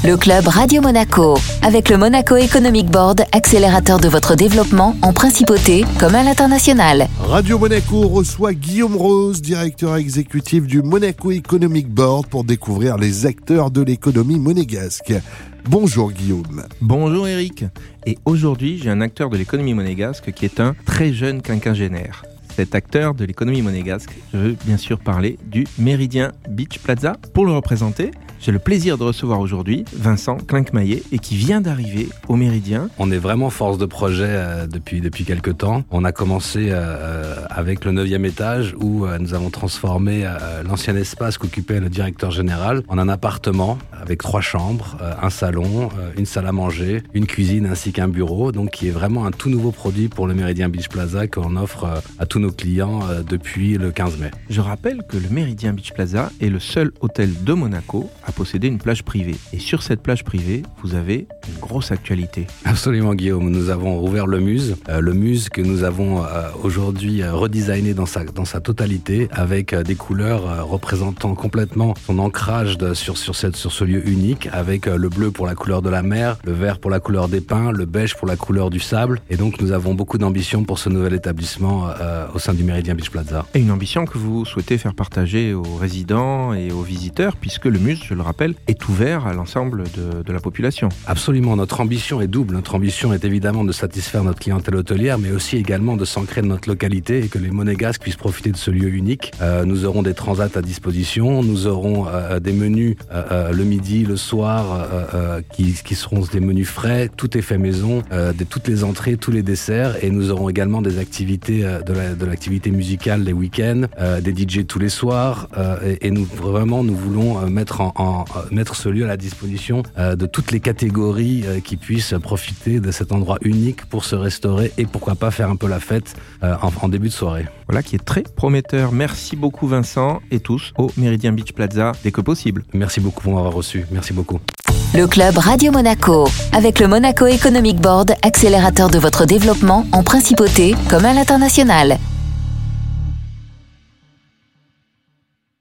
Le club Radio Monaco, avec le Monaco Economic Board, accélérateur de votre développement en principauté comme à l'international. Radio Monaco reçoit Guillaume Rose, directeur exécutif du Monaco Economic Board, pour découvrir les acteurs de l'économie monégasque. Bonjour Guillaume. Bonjour Eric. Et aujourd'hui, j'ai un acteur de l'économie monégasque qui est un très jeune quinquagénaire. Cet acteur de l'économie monégasque, je veux bien sûr parler du Méridien Beach Plaza. Pour le représenter, j'ai le plaisir de recevoir aujourd'hui Vincent Clincmaillet et qui vient d'arriver au Méridien. On est vraiment force de projet depuis quelques temps. On a commencé avec le 9e étage où nous avons transformé l'ancien espace qu'occupait le directeur général en un appartement avec 3 chambres, un salon, une salle à manger, une cuisine ainsi qu'un bureau. Donc qui est vraiment un tout nouveau produit pour le Méridien Beach Plaza qu'on offre à tous nos clients depuis le 15 mai. Je rappelle que le Méridien Beach Plaza est le seul hôtel de Monaco à posséder une plage privée. Et sur cette plage privée, vous avez une grosse actualité. Absolument Guillaume, nous avons rouvert le Muse que nous avons aujourd'hui redesigné dans sa totalité avec des couleurs représentant complètement son ancrage sur ce lieu unique, avec le bleu pour la couleur de la mer, le vert pour la couleur des pins, le beige pour la couleur du sable. Et donc nous avons beaucoup d'ambition pour ce nouvel établissement au sein du Méridien Beach Plaza. Et une ambition que vous souhaitez faire partager aux résidents et aux visiteurs, puisque le Muse, je le rappelle, est ouvert à l'ensemble de la population. Absolument, notre ambition est double. Notre ambition est évidemment de satisfaire notre clientèle hôtelière, mais aussi également de s'ancrer dans notre localité et que les Monégasques puissent profiter de ce lieu unique. Nous aurons des transats à disposition, nous aurons des menus le midi, le soir, qui seront des menus frais, tout est fait maison, toutes les entrées, tous les desserts, et nous aurons également des activités de l'activité musicale les week-ends, des DJ tous les soirs, et nous voulons mettre ce lieu à la disposition de toutes les catégories qui puissent profiter de cet endroit unique pour se restaurer et pourquoi pas faire un peu la fête en début de soirée. Voilà qui est très prometteur. Merci beaucoup Vincent et tous au Méridien Beach Plaza dès que possible. Merci beaucoup pour m'avoir reçu. Merci beaucoup. Le club Radio Monaco, avec le Monaco Economic Board, accélérateur de votre développement en principauté comme à l'international.